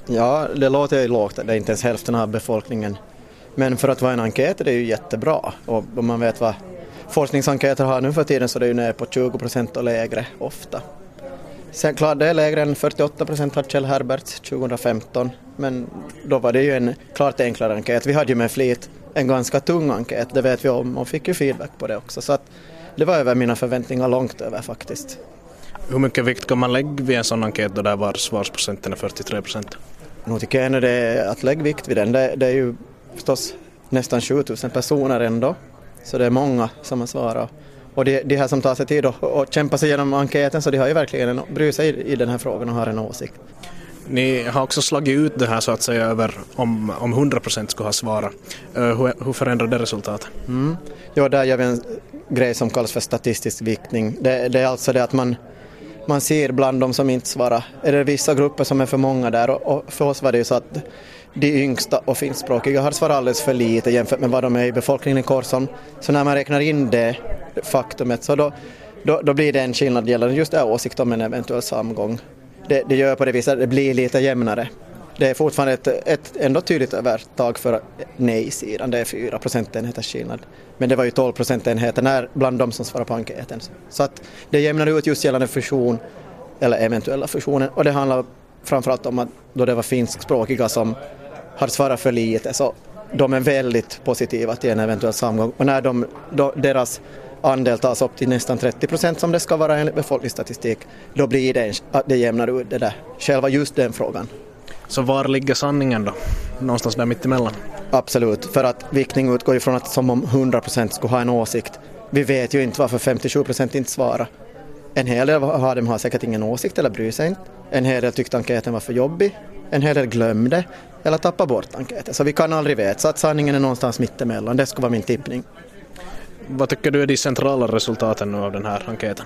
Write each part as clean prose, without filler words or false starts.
Ja, det låter ju lågt, det är inte ens hälften av befolkningen. Men för att vara en enkät är det ju jättebra. Och om man vet vad forskningsenkäter har nu för tiden så är det ju nere på 20% och lägre ofta. Sen klart det är lägre än 48% hade Kjell Herberts 2015. Men då var det ju en klart enklare enkät. Vi hade ju med flit en ganska tung enkät, det vet vi om och fick ju feedback på det också. Så att det var över mina förväntningar, långt över faktiskt. Hur mycket vikt kan man lägga vid en sån enkät då där var svarsprocenten är 43%? Nu tycker jag det är att lägga vikt vid den. Det är ju förstås nästan 7000 personer ändå. Så det är många som har svarat. Och de här som tar sig tid och kämpar sig igenom enkäten, så de har ju verkligen bryr sig i den här frågan och har en åsikt. Ni har också slagit ut det här så att säga över om 100% skulle ha svarat. Hur förändrar det resultatet? Ja, där gör vi en grej som kallas för statistisk viktning. Det är alltså det att man ser bland de som inte svarar. Är det vissa grupper som är för många där? Och för oss var det ju så att de yngsta och finskspråkiga har svarat alldeles för lite jämfört med vad de är i befolkningen i Korsholm. Så när man räknar in det faktumet så då blir det en skillnad gällande just det här åsikt om en eventuell samgång. Det gör på det viset att det blir lite jämnare. Det är fortfarande ett ändå tydligt övertag för nej-sidan. Det är 4 procentenheters skillnad. Men det var ju 12 procentenheter bland de som svarar på enkäten. Så att det jämnar ut just gällande fusion eller eventuella fusioner. Och det handlar framförallt om att då det var finskspråkiga som har svarat för lite, så de är väldigt positiva till en eventuell samgång. Och när deras andel tas upp till nästan 30% som det ska vara enligt befolkningsstatistik, då blir det jämnar ut det där. Själva just den frågan. Så var ligger sanningen då? Någonstans där mittemellan? Absolut, för att viktning utgår ifrån att som om 100% skulle ha en åsikt. Vi vet ju inte varför 57% inte svarar. En hel del av dem har säkert ingen åsikt eller bryr sig inte. En hel del tyckte enkäten var för jobbig. En hel del glömde eller tappade bort enkäten. Så vi kan aldrig veta, så att sanningen är någonstans mittemellan. Det skulle vara min tippning. Vad tycker du är de centrala resultaten av den här enkäten?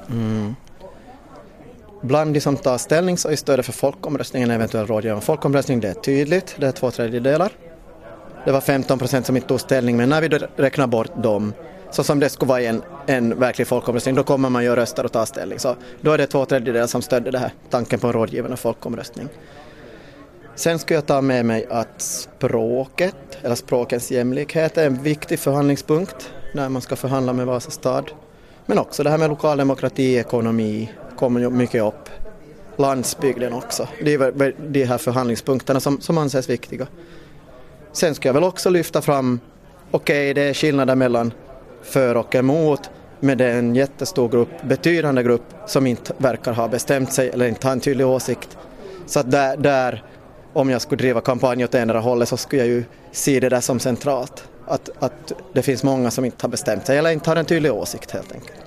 Bland de som tar ställning så är stödet för folkomröstningen en eventuell rådgivande folkomröstning. Det är tydligt, det är 2/3. Det var 15% som inte tog ställning, men när vi räknar bort dem, så som det skulle vara en verklig folkomröstning, då kommer man ju rösta och ta ställning. Så då är det 2/3 som stödde det här, tanken på en rådgivande folkomröstning. Sen ska jag ta med mig att språkens jämlikhet är en viktig förhandlingspunkt när man ska förhandla med Vasa stad. Men också det här med lokal demokrati, ekonomi kommer ju mycket upp. Landsbygden också. Det är de här förhandlingspunkterna som anses viktiga. Sen ska jag väl också lyfta fram, det är skillnader mellan för och emot, med en jättestor betydande grupp som inte verkar ha bestämt sig eller inte har en tydlig åsikt. Så att där om jag skulle driva kampanj åt ena hållet så skulle jag ju se det där som centralt. Att det finns många som inte har bestämt sig eller inte har en tydlig åsikt helt enkelt.